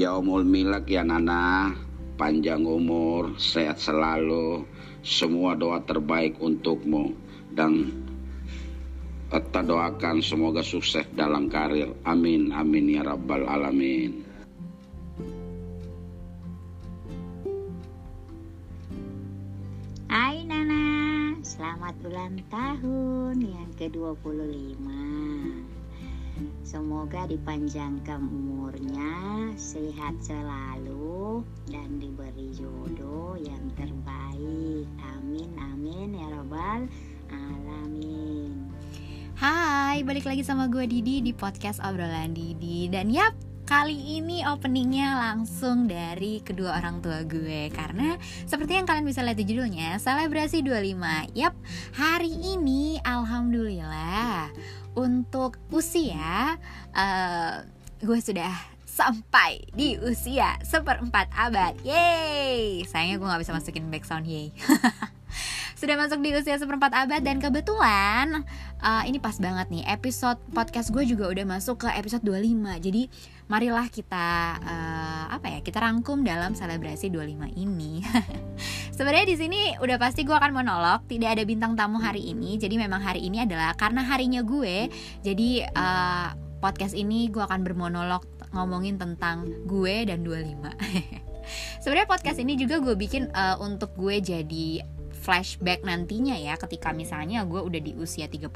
Yaumul Milad ya Nana, panjang umur, sehat selalu, semua doa terbaik untukmu, dan kita doakan semoga sukses dalam karir. Amin, amin ya rabbal alamin. Hai Nana, selamat ulang tahun yang ke-25. Semoga dipanjangkan umurnya, sehat selalu, dan diberi jodoh yang terbaik. Amin, amin ya rabbal alamin. Hai, balik lagi sama gue Didi di podcast Obrolan Didi. Dan yap, kali ini openingnya langsung dari kedua orang tua gue. Karena seperti yang kalian bisa lihat di judulnya, Selebrasi 25. Yap, hari ini alhamdulillah untuk usia gue sudah sampai di usia 1/4 abad. Yeay. Sayangnya gue gak bisa masukin background yeay. Sudah masuk di usia 1/4 abad. Dan kebetulan ini pas banget nih, episode podcast gue juga udah masuk ke episode 25. Jadi marilah kita kita rangkum dalam selebrasi 25 ini. Sebenarnya di sini udah pasti gue akan monolog, tidak ada bintang tamu hari ini. Jadi memang hari ini adalah karena harinya gue. Jadi podcast ini gue akan bermonolog ngomongin tentang gue dan 25. Sebenarnya podcast ini juga gue bikin untuk gue jadi flashback nantinya ya, ketika misalnya gue udah di usia 30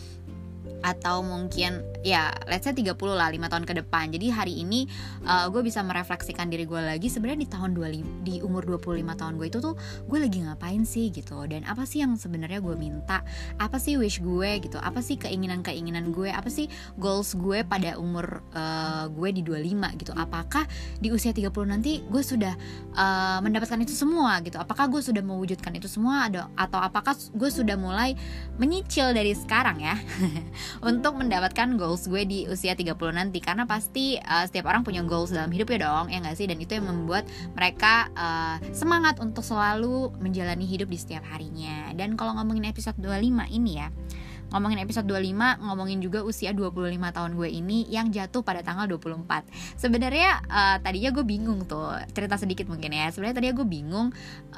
atau mungkin ya let's say 30 lah, 5 tahun ke depan. Jadi hari ini gue bisa merefleksikan diri gue lagi sebenarnya di umur 25 tahun gue itu tuh gue lagi ngapain sih gitu, dan apa sih yang sebenarnya gue minta, apa sih wish gue gitu, apa sih keinginan gue, apa sih goals gue pada umur gue di 25 gitu. Apakah di usia 30 nanti gue sudah mendapatkan itu semua gitu, apakah gue sudah mewujudkan itu semua, atau apakah gue sudah mulai menyicil dari sekarang ya untuk mendapatkan goals gue di usia 30 nanti. Karena pasti setiap orang punya goals dalam hidup ya dong, ya gak sih? Dan itu yang membuat mereka semangat untuk selalu menjalani hidup di setiap harinya. Dan kalau ngomongin episode 25 ini ya, ngomongin episode 25, ngomongin juga usia 25 tahun gue ini yang jatuh pada tanggal 24. Sebenarnya tadinya gue bingung tuh, cerita sedikit mungkin ya. Sebenarnya tadinya gue bingung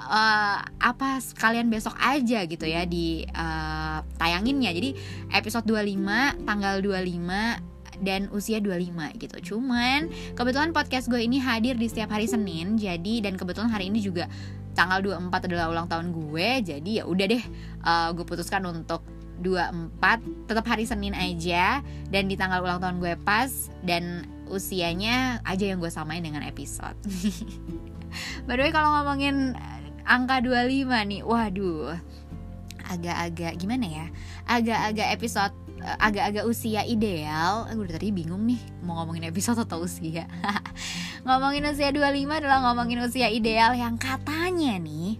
apa sekalian besok aja gitu ya di tayanginnya. Jadi episode 25, tanggal 25 dan usia 25 gitu. Cuman kebetulan podcast gue ini hadir di setiap hari Senin. Jadi dan kebetulan hari ini juga tanggal 24 adalah ulang tahun gue. Jadi ya udah deh, gue putuskan untuk 24 tetap hari Senin aja, dan di tanggal ulang tahun gue pas, dan usianya aja yang gue samain dengan episode. By the way, kalau ngomongin angka 25 nih, waduh, agak-agak gimana ya, agak-agak episode, agak-agak usia ideal. Gue dari tadi bingung nih mau ngomongin episode atau usia. Ngomongin usia 25 adalah ngomongin usia ideal yang katanya nih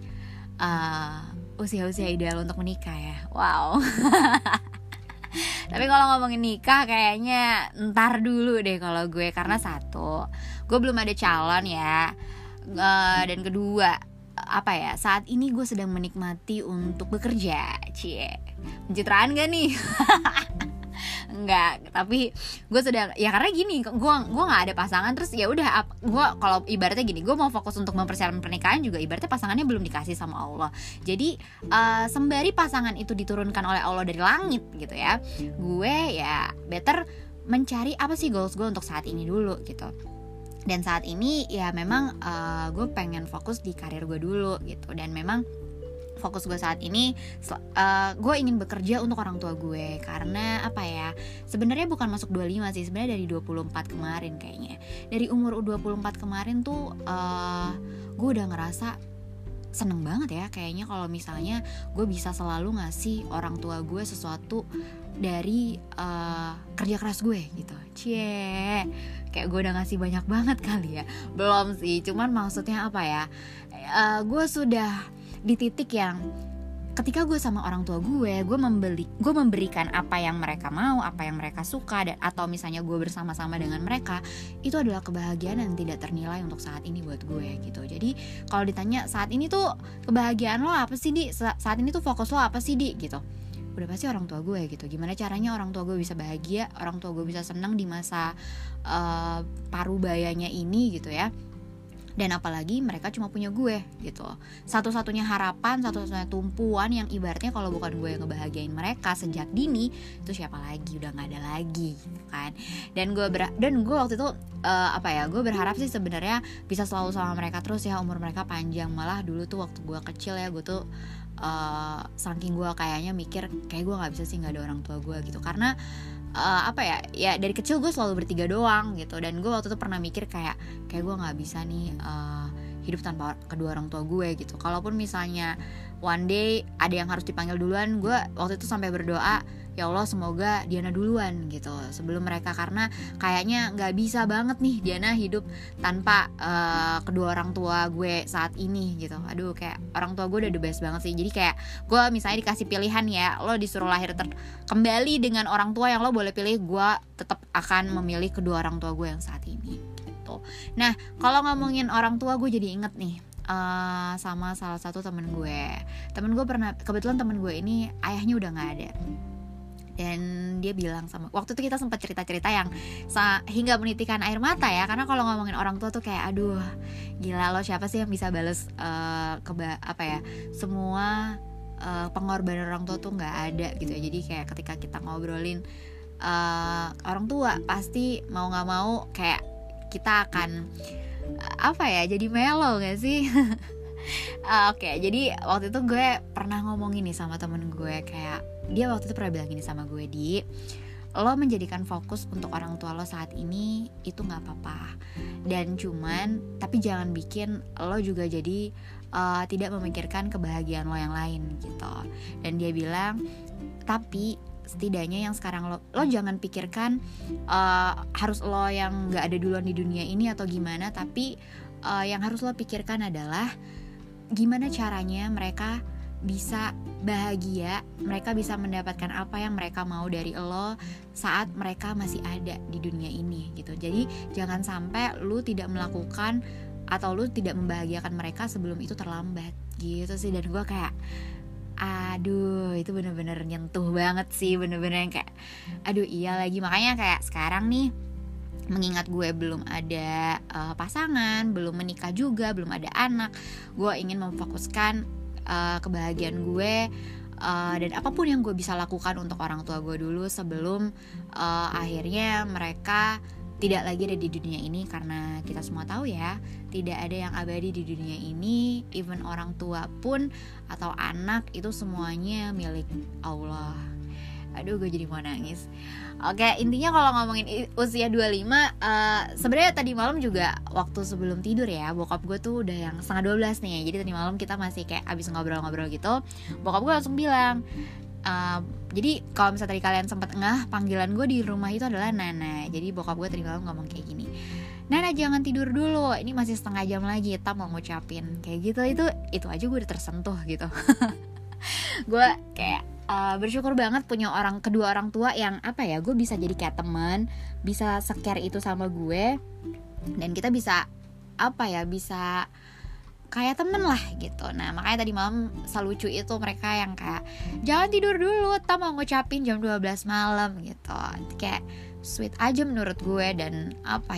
usia-usia ideal untuk menikah ya. Wow. Tapi kalau ngomongin nikah kayaknya ntar dulu deh kalau gue, karena satu, gue belum ada calon ya. Dan kedua, saat ini gue sedang menikmati untuk bekerja. Cie, pencitraan gak nih? Enggak, tapi gue sedang, ya karena gini, gue nggak ada pasangan, terus ya udah, gue kalau ibaratnya gini, gue mau fokus untuk mempersiapkan pernikahan juga, ibaratnya pasangannya belum dikasih sama Allah. Jadi sembari pasangan itu diturunkan oleh Allah dari langit gitu ya, gue ya better mencari apa sih goals gue untuk saat ini dulu gitu. Dan saat ini ya memang gue pengen fokus di karir gue dulu gitu. Dan memang fokus gue saat ini gue ingin bekerja untuk orang tua gue. Karena sebenarnya bukan masuk 25 sih, sebenarnya dari 24 kemarin kayaknya. Dari umur 24 kemarin tuh gue udah ngerasa seneng banget ya kayaknya kalau misalnya gue bisa selalu ngasih orang tua gue sesuatu dari kerja keras gue gitu. Cie, kayak gue udah ngasih banyak banget kali ya. Belum sih, cuman maksudnya gue sudah di titik yang ketika gue sama orang tua gue memberikan apa yang mereka mau, apa yang mereka suka, dan atau misalnya gue bersama-sama dengan mereka, itu adalah kebahagiaan yang tidak ternilai untuk saat ini buat gue gitu. Jadi kalau ditanya saat ini tuh kebahagiaan lo apa sih Di? Saat ini tuh fokus lo apa sih Di? Gitu. udah pasti orang tua gue gitu. Gimana caranya orang tua gue bisa bahagia, orang tua gue bisa senang di masa parubayanya ini gitu ya. Dan apalagi mereka cuma punya gue gitu. Satu-satunya harapan, satu-satunya tumpuan yang ibaratnya kalau bukan gue yang ngebahagiain mereka sejak dini, itu siapa lagi, udah gak ada lagi gitu kan. Dan gue waktu itu gue berharap sih sebenarnya bisa selalu sama mereka terus ya, umur mereka panjang. Malah dulu tuh waktu gue kecil ya, gue tuh saking gue kayaknya mikir kayak gue gak bisa sih gak ada orang tua gue gitu. Karena ya dari kecil gue selalu bertiga doang gitu. Dan gue waktu itu pernah mikir kayak gue nggak bisa nih hidup tanpa kedua orang tua gue gitu. Kalaupun misalnya one day ada yang harus dipanggil duluan, gue waktu itu sampai berdoa, ya Allah semoga Diana duluan gitu sebelum mereka, karena kayaknya nggak bisa banget nih Diana hidup tanpa kedua orang tua gue saat ini gitu. Aduh, kayak orang tua gue udah the best banget sih. Jadi kayak gue misalnya dikasih pilihan ya, lo disuruh lahir kembali dengan orang tua yang lo boleh pilih, gue tetap akan memilih kedua orang tua gue yang saat ini gitu. Nah, kalau ngomongin orang tua, gue jadi inget nih sama salah satu temen gue kebetulan temen gue ini ayahnya udah nggak ada. Dan dia bilang sama, waktu itu kita sempat cerita-cerita yang hingga menitikan air mata ya, karena kalau ngomongin orang tua tuh kayak aduh gila, lo siapa sih yang bisa bales semua pengorbanan orang tua tuh nggak ada gitu ya. Jadi kayak ketika kita ngobrolin orang tua, pasti mau nggak mau kayak kita akan jadi melo nggak sih? Oke, jadi waktu itu gue pernah ngomongin nih sama temen gue, kayak dia waktu itu pernah bilang gini sama gue, Di, lo menjadikan fokus untuk orang tua lo saat ini itu gak apa-apa, dan tapi jangan bikin lo juga jadi tidak memikirkan kebahagiaan lo yang lain gitu. Dan dia bilang, tapi setidaknya yang sekarang lo jangan pikirkan harus lo yang gak ada duluan di dunia ini atau gimana, tapi yang harus lo pikirkan adalah gimana caranya mereka bisa bahagia, mereka bisa mendapatkan apa yang mereka mau dari lo saat mereka masih ada di dunia ini gitu. Jadi jangan sampai lu tidak melakukan atau lu tidak membahagiakan mereka sebelum itu terlambat gitu sih. Dan gue kayak aduh, itu bener-bener nyentuh banget sih, bener-bener yang kayak aduh iya lagi. Makanya kayak sekarang nih, mengingat gue belum ada pasangan, belum menikah juga, belum ada anak, gue ingin memfokuskan kebahagiaan gue dan apapun yang gue bisa lakukan untuk orang tua gue dulu sebelum akhirnya mereka tidak lagi ada di dunia ini. Karena kita semua tahu ya, tidak ada yang abadi di dunia ini, even orang tua pun atau anak, itu semuanya milik Allah. Aduh, gue jadi mau nangis. Oke, intinya kalau ngomongin usia 25, sebenarnya tadi malam juga waktu sebelum tidur ya, bokap gue tuh udah yang 11:30 nih. Jadi tadi malam kita masih kayak abis ngobrol-ngobrol gitu, bokap gue langsung bilang, jadi kalau misalnya tadi kalian sempat ngeh, panggilan gue di rumah itu adalah Nana. Jadi bokap gue tadi malam ngomong kayak gini, Nana jangan tidur dulu, ini masih setengah jam lagi, kita mau ngucapin kayak gitu. Itu aja gue udah tersentuh gitu. Gue kayak bersyukur banget punya kedua orang tua yang gue bisa jadi kayak teman, bisa se-care itu sama gue, dan kita bisa bisa kayak temen lah gitu. Nah makanya tadi malam selucu itu mereka yang kayak jangan tidur dulu, kita mau ngucapin jam 12 malam gitu. Kayak sweet aja menurut gue. Dan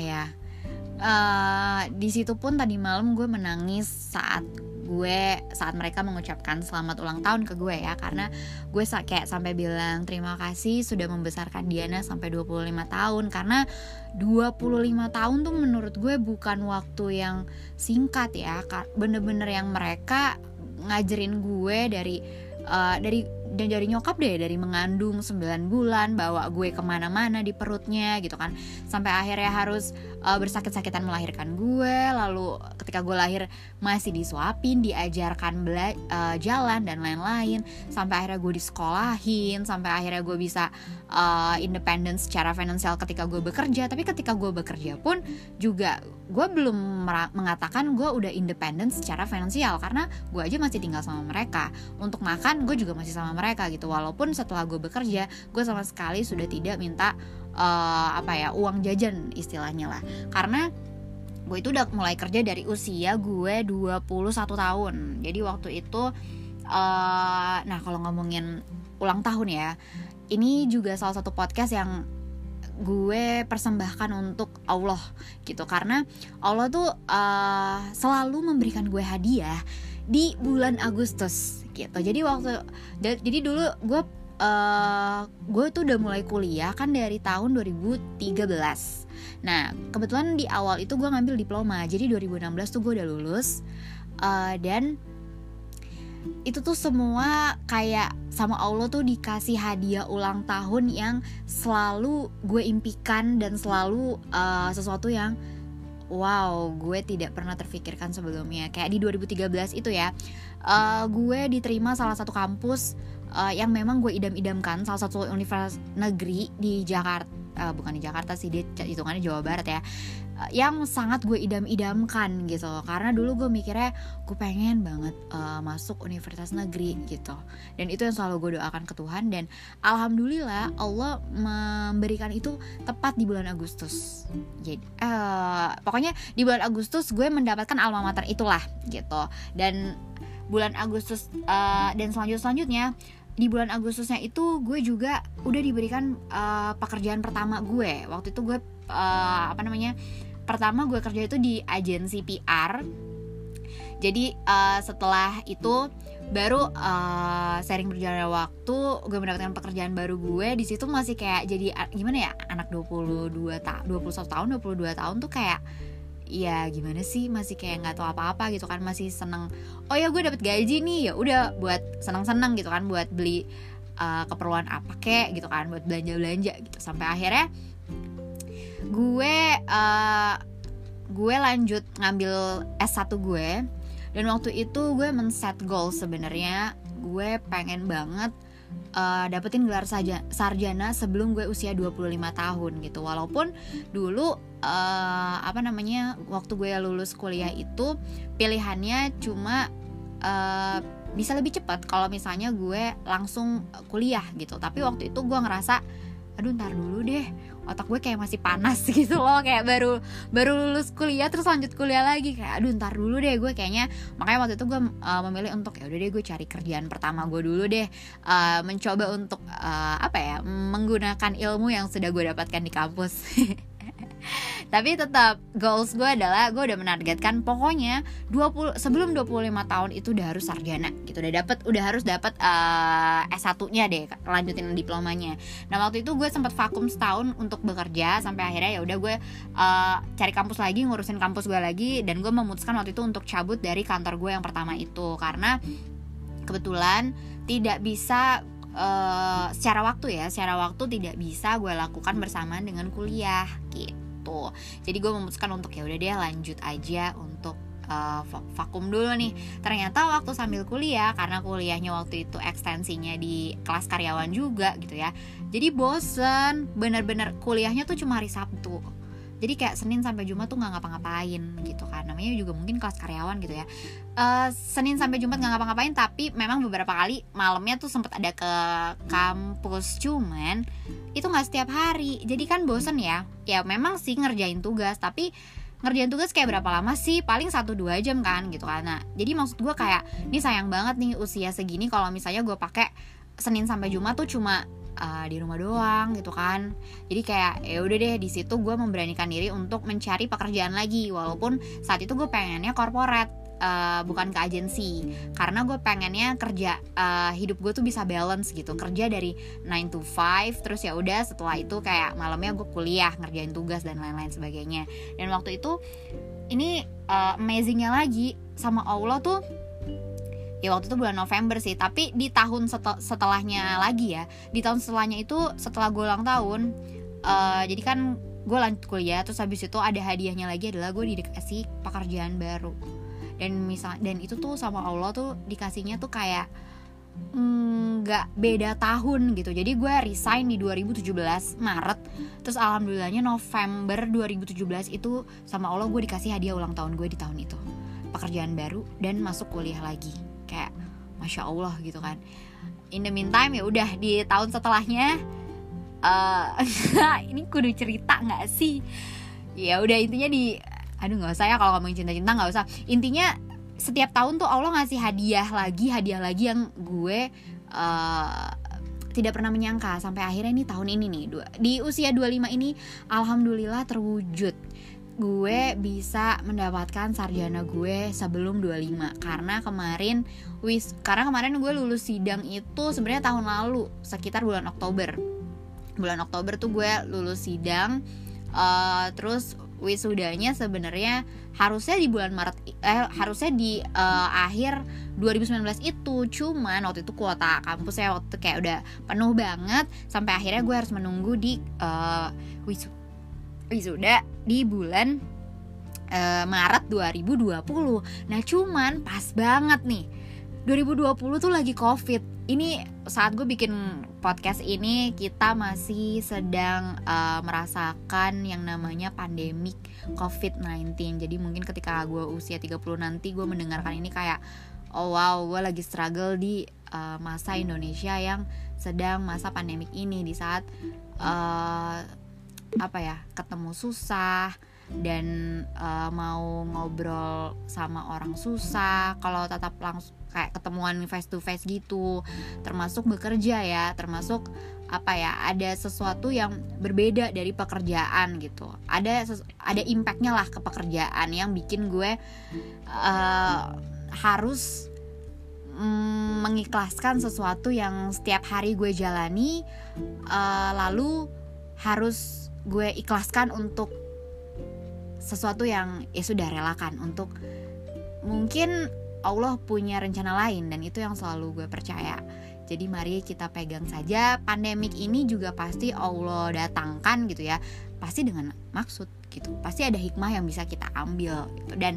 di situ pun tadi malam gue menangis saat mereka mengucapkan selamat ulang tahun ke gue ya. Karena gue kayak sampai bilang terima kasih sudah membesarkan Diana sampai 25 tahun. Karena 25 tahun tuh menurut gue bukan waktu yang singkat ya. Bener-bener yang mereka ngajarin gue dari nyokap deh, dari mengandung 9 bulan, bawa gue kemana-mana di perutnya gitu kan, sampai akhirnya harus bersakit-sakitan melahirkan gue. Lalu ketika gue lahir masih disuapin, diajarkan jalan dan lain-lain, sampai akhirnya gue disekolahin, sampai akhirnya gue bisa independen secara finansial ketika gue bekerja. Tapi ketika gue bekerja pun juga gue belum mengatakan gue udah independen secara finansial, karena gue aja masih tinggal sama mereka. Untuk makan gue juga masih sama mereka gitu. Walaupun setelah gue bekerja, gue sama sekali sudah tidak minta uang jajan istilahnya lah. Karena gue itu udah mulai kerja dari usia gue 21 tahun. Jadi waktu itu nah kalau ngomongin ulang tahun ya. Ini juga salah satu podcast yang gue persembahkan untuk Allah gitu, karena Allah tuh selalu memberikan gue hadiah di bulan Agustus gitu. Jadi dulu gue tuh udah mulai kuliah kan dari tahun 2013. Nah kebetulan di awal itu gue ngambil diploma, jadi 2016 tuh gue udah lulus. Dan itu tuh semua kayak sama Allah tuh dikasih hadiah ulang tahun yang selalu gue impikan dan selalu sesuatu yang wow, gue tidak pernah terfikirkan sebelumnya. Kayak di 2013 itu ya, gue diterima salah satu kampus yang memang gue idam-idamkan, salah satu universitas negeri di Jakarta, bukan di Jakarta sih, dia hitungannya Jawa Barat ya, yang sangat gue idam-idamkan gitu. Karena dulu gue mikirnya gue pengen banget masuk universitas negeri gitu, dan itu yang selalu gue doakan ke Tuhan. Dan alhamdulillah Allah memberikan itu tepat di bulan Agustus. Jadi pokoknya di bulan Agustus gue mendapatkan alma mater itulah gitu. Dan bulan Agustus dan selanjutnya di bulan Agustusnya itu gue juga udah diberikan pekerjaan pertama gue. Waktu itu gue pertama gue kerja itu di agensi PR. Jadi setelah itu baru sering berjalannya waktu gue mendapatkan pekerjaan baru gue. Di situ masih kayak jadi gimana ya, anak 21 tahun 22 tahun tuh kayak ya gimana sih, masih kayak nggak tahu apa-apa gitu kan, masih seneng. Oh ya gue dapet gaji nih, ya udah buat seneng-seneng gitu kan, buat beli keperluan apa kek gitu kan, buat belanja gitu. Sampai akhirnya gue lanjut ngambil S1 gue. Dan waktu itu gue men-set goal sebenarnya gue pengen banget dapetin gelar sarjana sebelum gue usia 25 tahun gitu. Walaupun dulu waktu gue lulus kuliah itu pilihannya cuma bisa lebih cepat kalau misalnya gue langsung kuliah gitu. Tapi waktu itu gue ngerasa aduh ntar dulu deh, otak gue kayak masih panas gitu loh, kayak baru lulus kuliah terus lanjut kuliah lagi, kayak aduh ntar dulu deh gue kayaknya. Makanya waktu itu gue memilih untuk ya udah deh gue cari kerjaan pertama gue dulu deh, mencoba untuk menggunakan ilmu yang sudah gue dapatkan di kampus. Tapi tetap goals gue adalah gue udah menargetkan pokoknya sebelum 25 tahun itu udah harus sarjana gitu, udah harus dapat S1-nya deh, lanjutin diplomanya. Nah waktu itu gue sempat vakum setahun untuk bekerja, sampai akhirnya ya udah gue cari kampus lagi, ngurusin kampus gue lagi. Dan gue memutuskan waktu itu untuk cabut dari kantor gue yang pertama itu karena kebetulan tidak bisa secara waktu tidak bisa gue lakukan bersamaan dengan kuliah gitu. Jadi gue memutuskan untuk ya udah deh lanjut aja untuk vakum dulu nih. Ternyata waktu sambil kuliah, karena kuliahnya waktu itu ekstensinya di kelas karyawan juga gitu ya, jadi bosen, bener-bener kuliahnya tuh cuma hari Sabtu. Jadi kayak Senin sampai Jumat tuh gak ngapa-ngapain gitu kan, namanya juga mungkin kelas karyawan gitu ya. Senin sampai Jumat gak ngapa-ngapain, tapi memang beberapa kali malamnya tuh sempet ada ke kampus, cuman itu gak setiap hari. Jadi kan bosen ya memang sih ngerjain tugas, tapi ngerjain tugas kayak berapa lama sih, paling 1-2 jam kan gitu kan. Nah jadi maksud gue kayak ini sayang banget nih usia segini kalau misalnya gue pakai Senin sampai Jumat tuh cuma di rumah doang gitu kan. Jadi kayak ya udah deh, di situ gue memberanikan diri untuk mencari pekerjaan lagi, walaupun saat itu gue pengennya corporate, bukan ke agensi, karena gue pengennya kerja hidup gue tuh bisa balance gitu, kerja dari 9 to 5, terus ya udah setelah itu kayak malamnya gue kuliah, ngerjain tugas dan lain-lain sebagainya. Dan waktu itu ini amazingnya lagi sama Allah tuh, ya waktu itu bulan November sih, tapi di tahun setelahnya lagi ya, di tahun setelahnya itu setelah gue ulang tahun, jadi kan gue lanjut kuliah, terus habis itu ada hadiahnya lagi adalah gue dikasih pekerjaan baru. Dan itu tuh sama Allah tuh dikasihnya tuh kayak nggak beda tahun gitu. Jadi gue resign di 2017 Maret, terus alhamdulillahnya November 2017 itu sama Allah gue dikasih hadiah ulang tahun gue di tahun itu, pekerjaan baru dan masuk kuliah lagi. Kayak Masya Allah gitu kan. In the meantime ya udah di tahun setelahnya ini kudu cerita nggak sih? Ya udah intinya nggak usah ya, kalau ngomongin cinta-cinta nggak usah. Intinya setiap tahun tuh Allah ngasih hadiah lagi yang gue tidak pernah menyangka sampai akhirnya nih tahun ini nih di usia 25 ini alhamdulillah terwujud. Gue bisa mendapatkan sarjana gue sebelum 25 karena kemarin gue lulus sidang itu sebenarnya tahun lalu sekitar bulan Oktober tuh gue lulus sidang. Terus wisudanya sebenarnya harusnya di bulan Maret, harusnya di akhir 2019 itu, cuman waktu itu kuota kampus saya waktu kayak udah penuh banget sampai akhirnya gue harus menunggu di wisuda di bulan Maret 2020. Nah cuman pas banget nih 2020 tuh lagi COVID. Ini saat gue bikin podcast ini kita masih sedang merasakan yang namanya pandemik COVID-19. Jadi mungkin ketika gue usia 30 nanti gue mendengarkan ini kayak oh wow, gue lagi struggle di masa Indonesia yang sedang masa pandemik ini, di saat ketemu susah dan mau ngobrol sama orang susah, kalau tetap langsung kayak ketemuan face to face gitu, termasuk bekerja ya, termasuk ada sesuatu yang berbeda dari pekerjaan gitu, ada impactnya lah ke pekerjaan yang bikin gue harus mengikhlaskan sesuatu yang setiap hari gue jalani, lalu harus gue ikhlaskan untuk sesuatu yang ya sudah relakan, untuk mungkin Allah punya rencana lain dan itu yang selalu gue percaya. Jadi mari kita pegang saja, pandemik ini juga pasti Allah datangkan gitu ya, pasti dengan maksud gitu, pasti ada hikmah yang bisa kita ambil gitu. Dan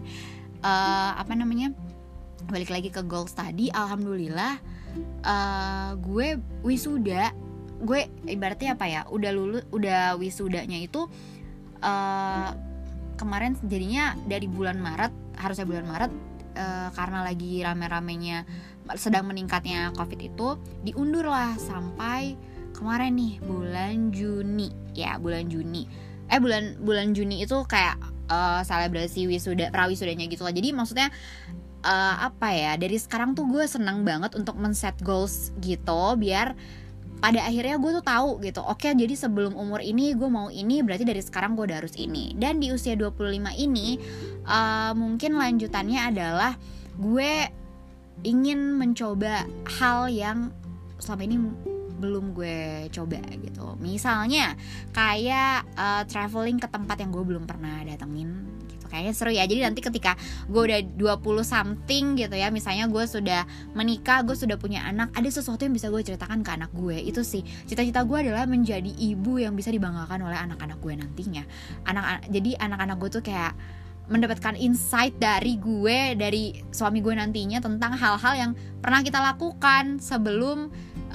balik lagi ke goals tadi, alhamdulillah gue wisuda, gue ibaratnya udah wisudanya itu kemarin, jadinya dari bulan Maret, harusnya bulan Maret, karena lagi rame-ramenya sedang meningkatnya COVID itu diundur lah sampai kemarin nih bulan Juni ya, bulan Juni itu kayak selebrasi prawisudanya gitu lah. Jadi maksudnya dari sekarang tuh gue senang banget untuk men-set goals gitu, biar pada akhirnya gue tuh tahu gitu, oke, jadi sebelum umur ini gue mau ini, berarti dari sekarang gue udah harus ini. Dan di usia 25 ini mungkin lanjutannya adalah gue ingin mencoba hal yang selama ini belum gue coba gitu. Misalnya kayak traveling ke tempat yang gue belum pernah datengin gitu. Kayaknya seru ya. Jadi nanti ketika gue udah 20 something gitu ya, misalnya gue sudah menikah, gue sudah punya anak, ada sesuatu yang bisa gue ceritakan ke anak gue. Itu sih cita-cita gue adalah menjadi ibu yang bisa dibanggakan oleh anak-anak gue nantinya. Jadi anak-anak gue tuh kayak mendapatkan insight dari suami gue nantinya tentang hal-hal yang pernah kita lakukan sebelum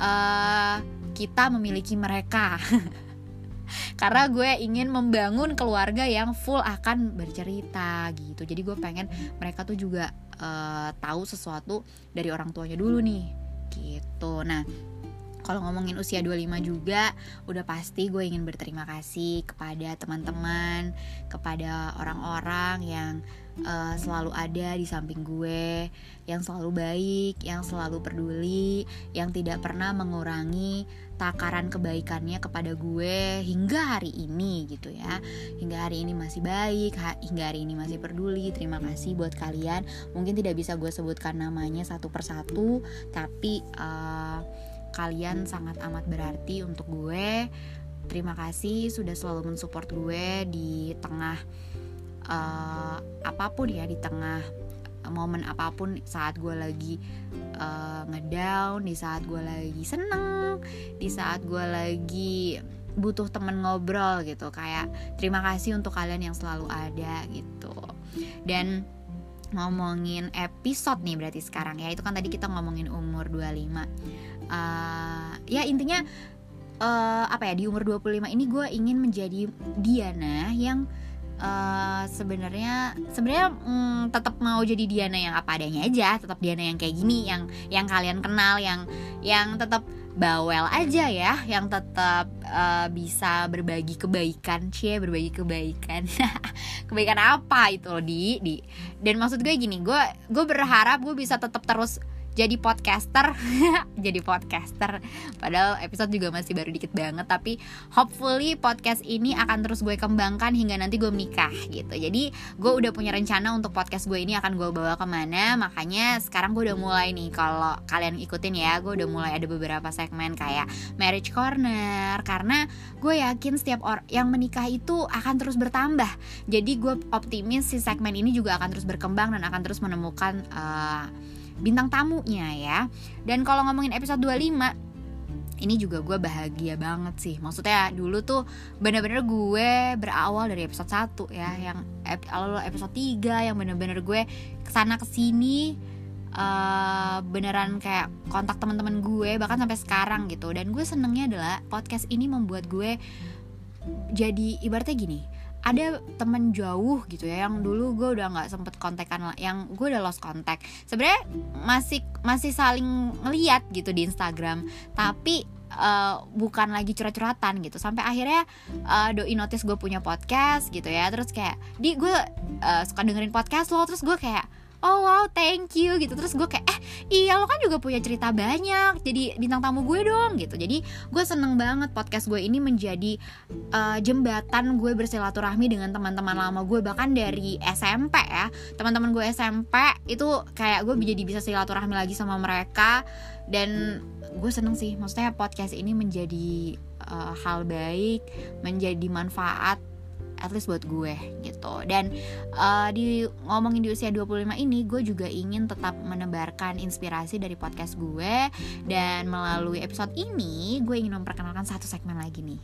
kita memiliki mereka. Karena gue ingin membangun keluarga yang full akan bercerita gitu. Jadi gue pengen mereka tuh juga tahu sesuatu dari orang tuanya dulu nih gitu. Nah, kalau ngomongin usia 25 juga udah pasti gue ingin berterima kasih kepada teman-teman, kepada orang-orang yang selalu ada di samping gue, yang selalu baik, yang selalu peduli, yang tidak pernah mengurangi takaran kebaikannya kepada gue hingga hari ini gitu ya. Hingga hari ini masih baik, hingga hari ini masih peduli. Terima kasih buat kalian. Mungkin tidak bisa gue sebutkan namanya satu persatu, tapi kalian sangat amat berarti untuk gue. Terima kasih sudah selalu mensupport gue di tengah apapun ya, di tengah momen apapun, saat gue lagi ngedown, di saat gue lagi seneng, di saat gue lagi butuh temen ngobrol gitu. Kayak terima kasih untuk kalian yang selalu ada gitu. Dan ngomongin episode nih berarti sekarang ya, itu kan tadi kita ngomongin umur 25. Ya intinya di umur 25 ini gue ingin menjadi Diana yang sebenarnya tetap mau jadi Diana yang apa adanya aja, tetap Diana yang kayak gini, yang kalian kenal, yang tetap bawel aja ya, yang tetap bisa berbagi kebaikan, kebaikan apa itu loh di. Dan maksud gue gini, gue berharap gue bisa tetap terus jadi podcaster jadi podcaster, padahal episode juga masih baru dikit banget, tapi hopefully podcast ini akan terus gue kembangkan hingga nanti gue menikah gitu. Jadi gue udah punya rencana untuk podcast gue ini akan gue bawa kemana, makanya sekarang gue udah mulai nih, kalau kalian ikutin ya, gue udah mulai ada beberapa segmen kayak Marriage Corner, karena gue yakin setiap orang yang menikah itu akan terus bertambah. Jadi gue optimis si segmen ini juga akan terus berkembang dan akan terus menemukan bintang tamunya ya. Dan kalau ngomongin episode 25, ini juga gue bahagia banget sih. Maksudnya dulu tuh bener-bener gue berawal dari episode 1 ya, yang episode 3 yang bener-bener gue kesana kesini, beneran kayak kontak teman-teman gue bahkan sampai sekarang gitu. Dan gue senengnya adalah podcast ini membuat gue jadi ibaratnya gini, ada teman jauh gitu ya, yang dulu gue udah nggak sempet kontekan, yang gue udah lost contact. Sebenarnya masih saling ngeliat gitu di Instagram, tapi bukan lagi curhat-curhatan gitu. Sampai akhirnya doi notice gue punya podcast gitu ya, terus kayak di gue suka dengerin podcast lo, terus gue kayak oh wow thank you gitu. Terus gue kayak iya lo kan juga punya cerita banyak, jadi bintang tamu gue dong gitu. Jadi gue seneng banget podcast gue ini menjadi jembatan gue bersilaturahmi dengan teman-teman lama gue, bahkan dari SMP ya. Teman-teman gue SMP itu kayak gue jadi bisa silaturahmi lagi sama mereka. Dan gue seneng sih, maksudnya podcast ini menjadi hal baik, menjadi manfaat at least buat gue gitu. Dan ngomongin di usia 25 ini, gue juga ingin tetap menebarkan inspirasi dari podcast gue. Dan melalui episode ini gue ingin memperkenalkan satu segmen lagi nih.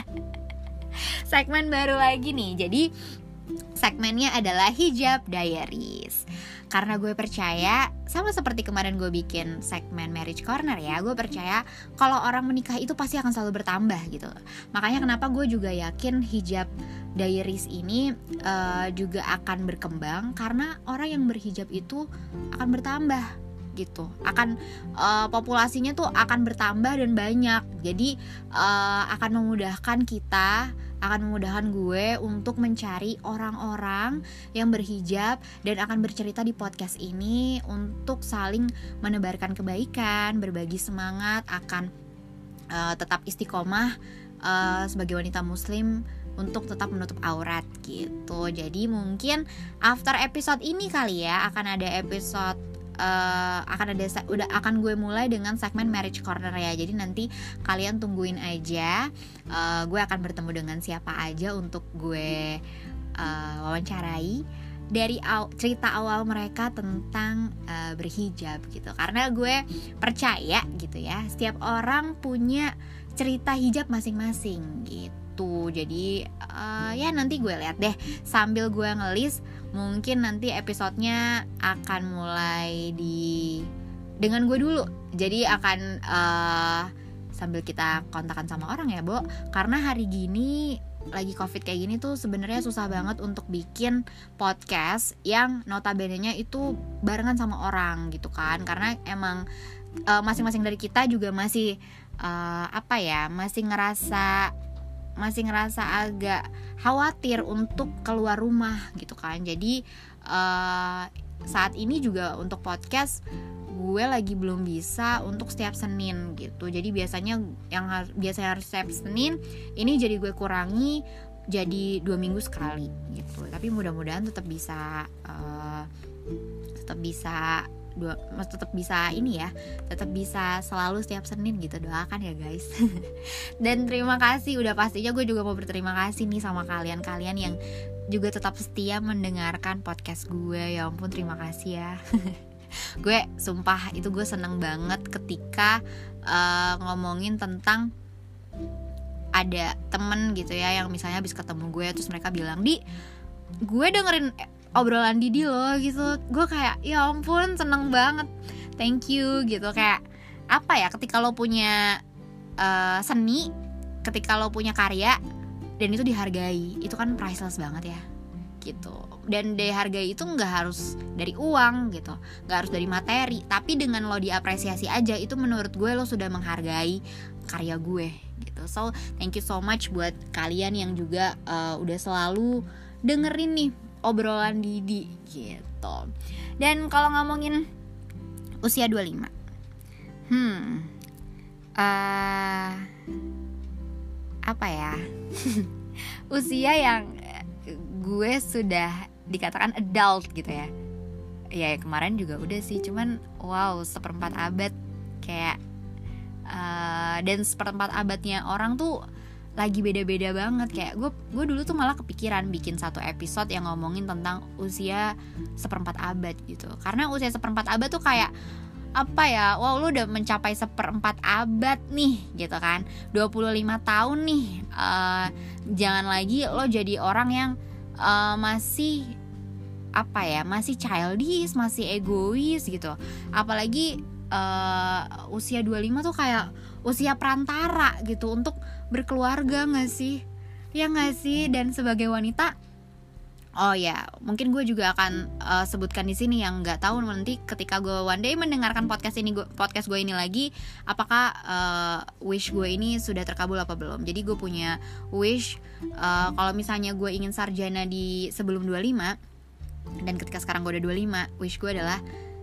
Segmen baru lagi nih. Jadi segmennya adalah Hijab Diaries. Karena gue percaya, sama seperti kemarin gue bikin segmen Marriage Corner ya, gue percaya kalau orang menikah itu pasti akan selalu bertambah gitu. Makanya kenapa gue juga yakin Hijab Diaries ini juga akan berkembang, karena orang yang berhijab itu akan bertambah gitu. Akan populasinya tuh akan bertambah dan banyak. Jadi akan memudahkan kita, akan memudahkan gue untuk mencari orang-orang yang berhijab dan akan bercerita di podcast ini untuk saling menebarkan kebaikan, berbagi semangat, akan tetap istiqomah sebagai wanita muslim untuk tetap menutup aurat gitu. Jadi mungkin after episode ini kali ya akan ada episode akan gue mulai dengan segmen Marriage Corner ya. Jadi nanti kalian tungguin aja, gue akan bertemu dengan siapa aja untuk gue wawancarai dari cerita awal mereka tentang berhijab gitu. Karena gue percaya gitu ya, setiap orang punya cerita hijab masing-masing gitu. Jadi ya nanti gue lihat deh sambil gue ngelis. Mungkin nanti episodenya akan mulai dengan gue dulu. Jadi akan sambil kita kontakan sama orang ya, Bo. Karena hari gini lagi COVID kayak gini tuh sebenarnya susah banget untuk bikin podcast yang notabene-nya itu barengan sama orang gitu kan. Karena emang masing-masing dari kita juga masih masih ngerasa agak khawatir untuk keluar rumah gitu kan. Jadi saat ini juga untuk podcast gue lagi belum bisa untuk setiap Senin gitu. Jadi biasanya harus setiap Senin, ini jadi gue kurangi jadi 2 minggu sekali gitu. Tapi mudah-mudahan tetap bisa selalu setiap Senin gitu. Doakan ya guys. Dan terima kasih, udah pastinya gue juga mau berterima kasih nih sama kalian yang juga tetap setia mendengarkan podcast gue. Ya ampun, terima kasih ya. Gue sumpah itu gue seneng banget ketika ngomongin tentang ada temen gitu ya yang misalnya habis ketemu gue terus mereka bilang, "Di, gue dengerin obrolan Didi loh," gitu. Gue kayak ya ampun seneng banget, thank you gitu. Kayak apa ya, ketika lo punya seni, ketika lo punya karya dan itu dihargai, itu kan priceless banget ya gitu. Dan dihargai itu nggak harus dari uang gitu, nggak harus dari materi, tapi dengan lo diapresiasi aja, itu menurut gue lo sudah menghargai karya gue gitu. So thank you so much buat kalian yang juga udah selalu dengerin nih obrolan Didi gitu. Dan kalau ngomongin Usia 25. Apa ya? Usia yang gue sudah dikatakan adult gitu ya. Ya kemarin juga udah sih, cuman wow, 1/4 abad kayak dan 1/4 abadnya orang tuh lagi beda-beda banget. Kayak gue dulu tuh malah kepikiran bikin satu episode yang ngomongin tentang usia 1/4 abad gitu. Karena usia 1/4 abad tuh kayak apa ya, wow lu udah mencapai 1/4 abad nih gitu kan, 25 tahun nih. Jangan lagi lo jadi orang yang masih apa ya, masih childish, masih egois gitu. Apalagi usia 25 tuh kayak usia perantara gitu untuk berkeluarga gak sih? Ya gak sih? Dan sebagai wanita, oh ya, mungkin gue juga akan sebutkan di sini yang nggak tahu nanti ketika gue one day mendengarkan podcast gue ini lagi, apakah wish gue ini sudah terkabul apa belum. Jadi gue punya wish kalau misalnya gue ingin sarjana di sebelum 25, dan ketika sekarang gue udah 25, wish gue adalah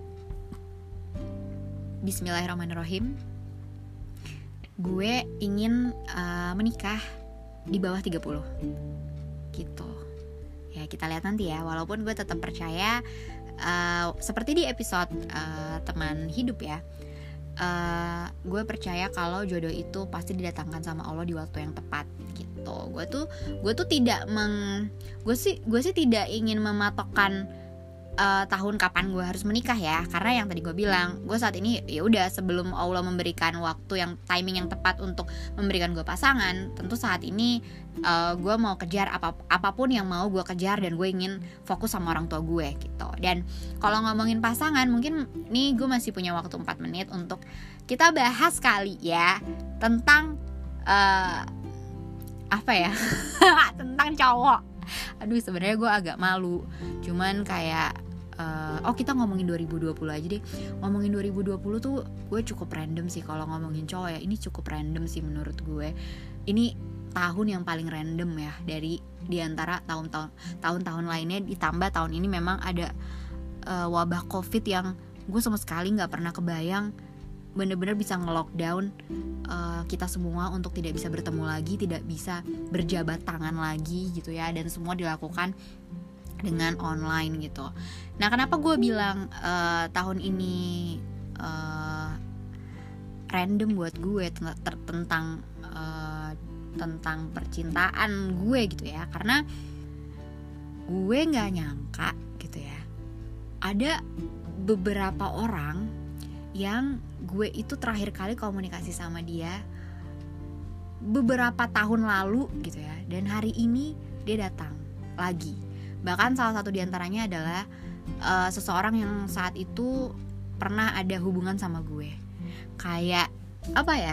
Bismillahirrahmanirrahim, gue ingin menikah di bawah 30 gitu. Ya kita lihat nanti ya, walaupun gue tetap percaya seperti di episode teman hidup ya, gue percaya kalau jodoh itu pasti didatangkan sama Allah di waktu yang tepat gitu. Gue tuh tidak gue sih tidak ingin mematokkan tahun kapan gue harus menikah ya, karena yang tadi gue bilang, gue saat ini ya udah sebelum Allah memberikan waktu yang timing yang tepat untuk memberikan gue pasangan, tentu saat ini gue mau kejar apapun yang mau gue kejar, dan gue ingin fokus sama orang tua gue gitu. Dan kalau ngomongin pasangan, mungkin nih gue masih punya waktu 4 menit untuk kita bahas kali ya tentang apa ya tentang cowok. Aduh sebenarnya gue agak malu, cuman kayak kita ngomongin 2020 aja deh. Ngomongin 2020 tuh gue cukup random sih kalau ngomongin cowok ya. Ini cukup random sih menurut gue. Ini tahun yang paling random ya dari diantara tahun-tahun lainnya. Ditambah tahun ini memang ada wabah COVID yang gue sama sekali nggak pernah kebayang bener-bener bisa nge-lockdown kita semua untuk tidak bisa bertemu lagi, tidak bisa berjabat tangan lagi gitu ya, dan semua dilakukan dengan online gitu. Nah kenapa gue bilang tahun ini random buat gue tentang percintaan gue gitu ya, karena gue nggak nyangka gitu ya, ada beberapa orang yang gue itu terakhir kali komunikasi sama dia beberapa tahun lalu gitu ya, dan hari ini dia datang lagi. Bahkan salah satu diantaranya adalah seseorang yang saat itu pernah ada hubungan sama gue. Kayak apa ya,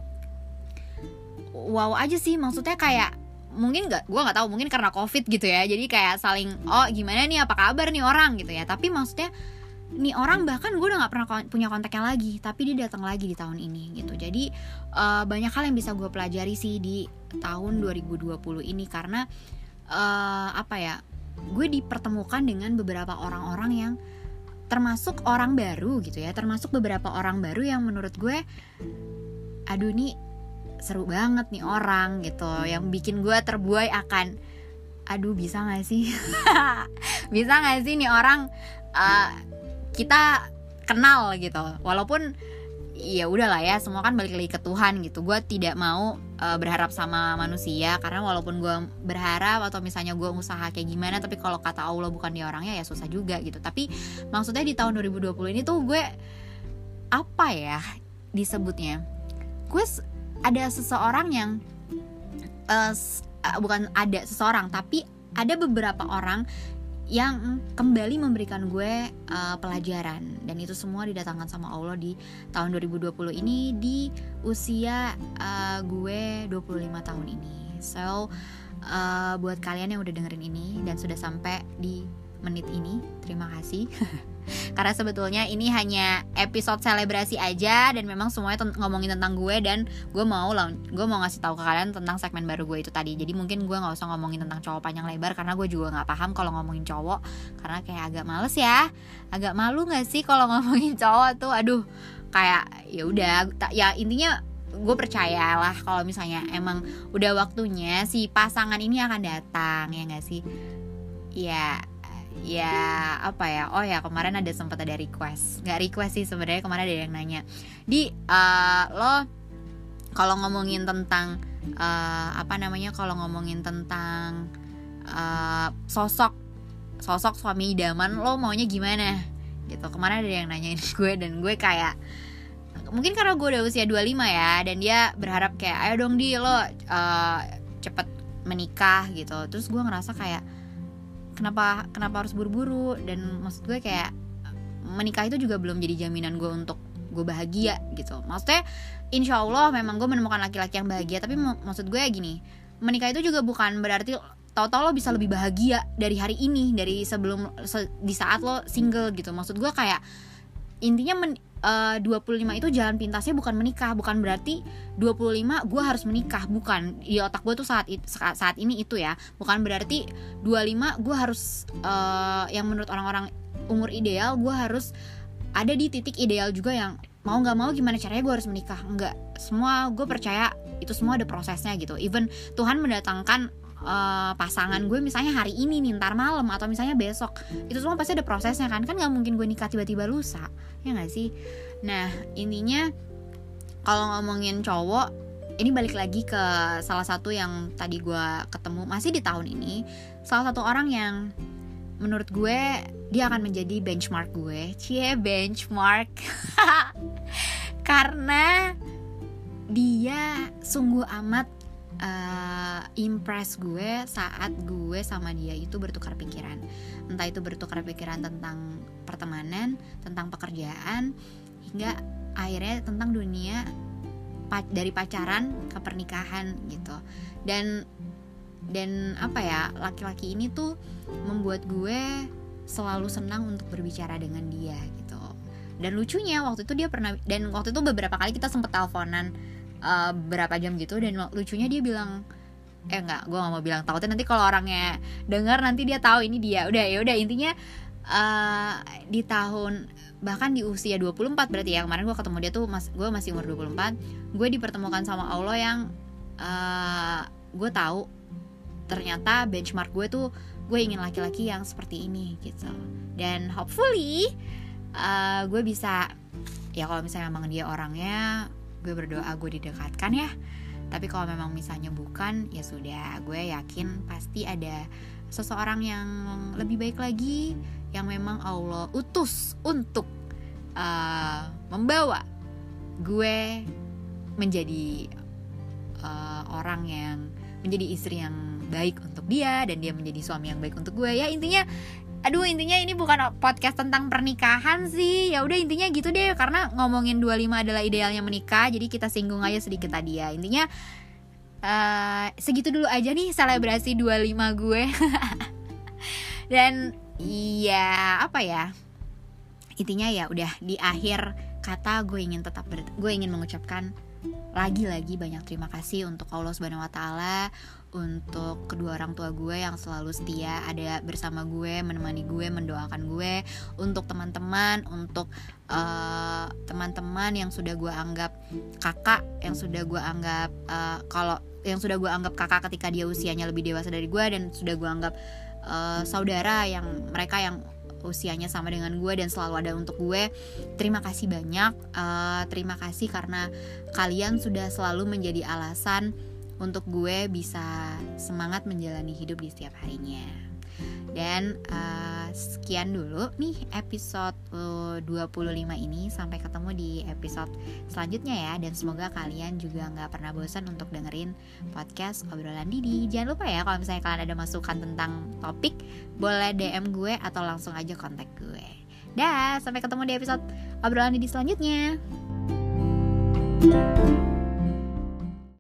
wow aja sih, maksudnya kayak mungkin gue nggak tahu, mungkin karena COVID gitu ya, jadi kayak saling gimana nih, apa kabar nih orang gitu ya. Tapi maksudnya nih orang bahkan gue udah nggak pernah punya kontaknya lagi, tapi dia datang lagi di tahun ini gitu. Jadi banyak hal yang bisa gue pelajari sih di tahun 2020 ini, karena apa ya, gue dipertemukan dengan beberapa orang-orang yang termasuk orang baru gitu ya, termasuk beberapa orang baru yang menurut gue, aduh nih seru banget nih orang gitu, yang bikin gue terbuai akan, aduh bisa nggak sih bisa nggak sih nih orang kita kenal gitu. Walaupun ya udahlah ya, semua kan balik lagi ke Tuhan gitu. Gue tidak mau berharap sama manusia, karena walaupun gue berharap atau misalnya gue usaha kayak gimana, tapi kalau kata Allah bukan dia orangnya, ya susah juga gitu. Tapi maksudnya di tahun 2020 ini tuh gue apa ya disebutnya, gue ada seseorang yang bukan ada seseorang, tapi ada beberapa orang yang kembali memberikan gue pelajaran, dan itu semua didatangkan sama Allah di tahun 2020 ini, di usia gue 25 tahun ini. So buat kalian yang udah dengerin ini dan sudah sampai di menit ini, terima kasih Karena sebetulnya ini hanya episode selebrasi aja, dan memang semuanya ngomongin tentang gue, dan gue mau ngasih tahu ke kalian tentang segmen baru gue itu tadi. Jadi mungkin gue nggak usah ngomongin tentang cowok panjang lebar, karena gue juga nggak paham kalau ngomongin cowok, karena kayak agak males ya, agak malu nggak sih kalau ngomongin cowok tuh. Aduh, kayak ya udah, ya intinya gue percayalah kalau misalnya emang udah waktunya si pasangan ini akan datang, ya nggak sih? Ya apa ya, oh ya kemarin sempat ada nggak request sih sebenarnya, kemarin ada yang nanya lo kalau ngomongin tentang kalau ngomongin tentang sosok suami idaman lo maunya gimana gitu. Kemarin ada yang nanyain gue, dan gue kayak, mungkin karena gue udah usia 25 ya, dan dia berharap kayak ayo dong lo cepet menikah gitu. Terus gue ngerasa kayak kenapa harus buru-buru, dan maksud gue kayak menikah itu juga belum jadi jaminan gue untuk gue bahagia gitu. Maksudnya insya Allah memang gue menemukan laki-laki yang bahagia, tapi maksud gue gini, menikah itu juga bukan berarti tahu-tahu lo bisa lebih bahagia dari hari ini, dari di saat lo single gitu. Maksud gue kayak intinya 25 itu jalan pintasnya bukan menikah, bukan berarti 25 gue harus menikah, bukan. Di otak gue tuh saat ini itu ya, bukan berarti 25 gue harus yang menurut orang-orang umur ideal gue harus ada di titik ideal juga yang mau nggak mau gimana caranya gue harus menikah. Enggak, semua gue percaya itu semua ada prosesnya gitu. Even Tuhan mendatangkan pasangan gue misalnya hari ini nih, ntar malam, atau misalnya besok, itu semua pasti ada prosesnya kan nggak mungkin gue nikah tiba-tiba lusa, ya nggak sih? Nah intinya kalau ngomongin cowok, ini balik lagi ke salah satu yang tadi gue ketemu masih di tahun ini, salah satu orang yang menurut gue dia akan menjadi benchmark gue, benchmark karena dia sungguh amat impress gue saat gue sama dia itu bertukar pikiran. Entah itu bertukar pikiran tentang pertemanan, tentang pekerjaan, hingga akhirnya tentang dunia dari pacaran ke pernikahan gitu. Dan apa ya, laki-laki ini tuh membuat gue selalu senang untuk berbicara dengan dia gitu. Dan lucunya waktu itu waktu itu beberapa kali kita sempet teleponan berapa jam gitu, dan lucunya dia bilang gue gak mau bilang, takutnya nanti kalau orangnya dengar nanti dia tahu ini dia. Udah intinya di tahun, bahkan di usia 24 berarti ya, kemarin gue ketemu dia tuh gue masih umur 24, gue dipertemukan sama Allah yang gue tahu ternyata benchmark gue tuh gue ingin laki-laki yang seperti ini gitu. Dan hopefully gue bisa, ya kalau misalnya memang dia orangnya, gue berdoa gue didekatkan ya. Tapi kalau memang misalnya bukan, ya sudah, gue yakin pasti ada seseorang yang lebih baik lagi, yang memang Allah utus untuk membawa gue menjadi orang yang menjadi istri yang baik untuk dia, dan dia menjadi suami yang baik untuk gue. Ya intinya ini bukan podcast tentang pernikahan sih. Ya udah intinya gitu deh, karena ngomongin 25 adalah idealnya menikah, jadi kita singgung aja sedikit tadi ya. Intinya segitu dulu aja nih selebrasi 25 gue. Dan iya, apa ya, intinya ya udah di akhir kata gue ingin mengucapkan lagi-lagi banyak terima kasih untuk Allah Subhanahu wa taala, untuk kedua orang tua gue yang selalu setia ada bersama gue, menemani gue, mendoakan gue, untuk teman-teman, untuk teman-teman yang sudah gue anggap kakak, yang sudah gue anggap kakak ketika dia usianya lebih dewasa dari gue, dan sudah gue anggap saudara yang mereka yang usianya sama dengan gue dan selalu ada untuk gue. Terima kasih banyak, terima kasih karena kalian sudah selalu menjadi alasan untuk gue bisa semangat menjalani hidup di setiap harinya. Dan sekian dulu nih episode 25 ini. Sampai ketemu di episode selanjutnya ya. Dan semoga kalian juga gak pernah bosan untuk dengerin podcast Obrolan Didi. Jangan lupa ya, kalau misalnya kalian ada masukan tentang topik, boleh DM gue atau langsung aja kontak gue. Dah, sampai ketemu di episode Obrolan Didi selanjutnya.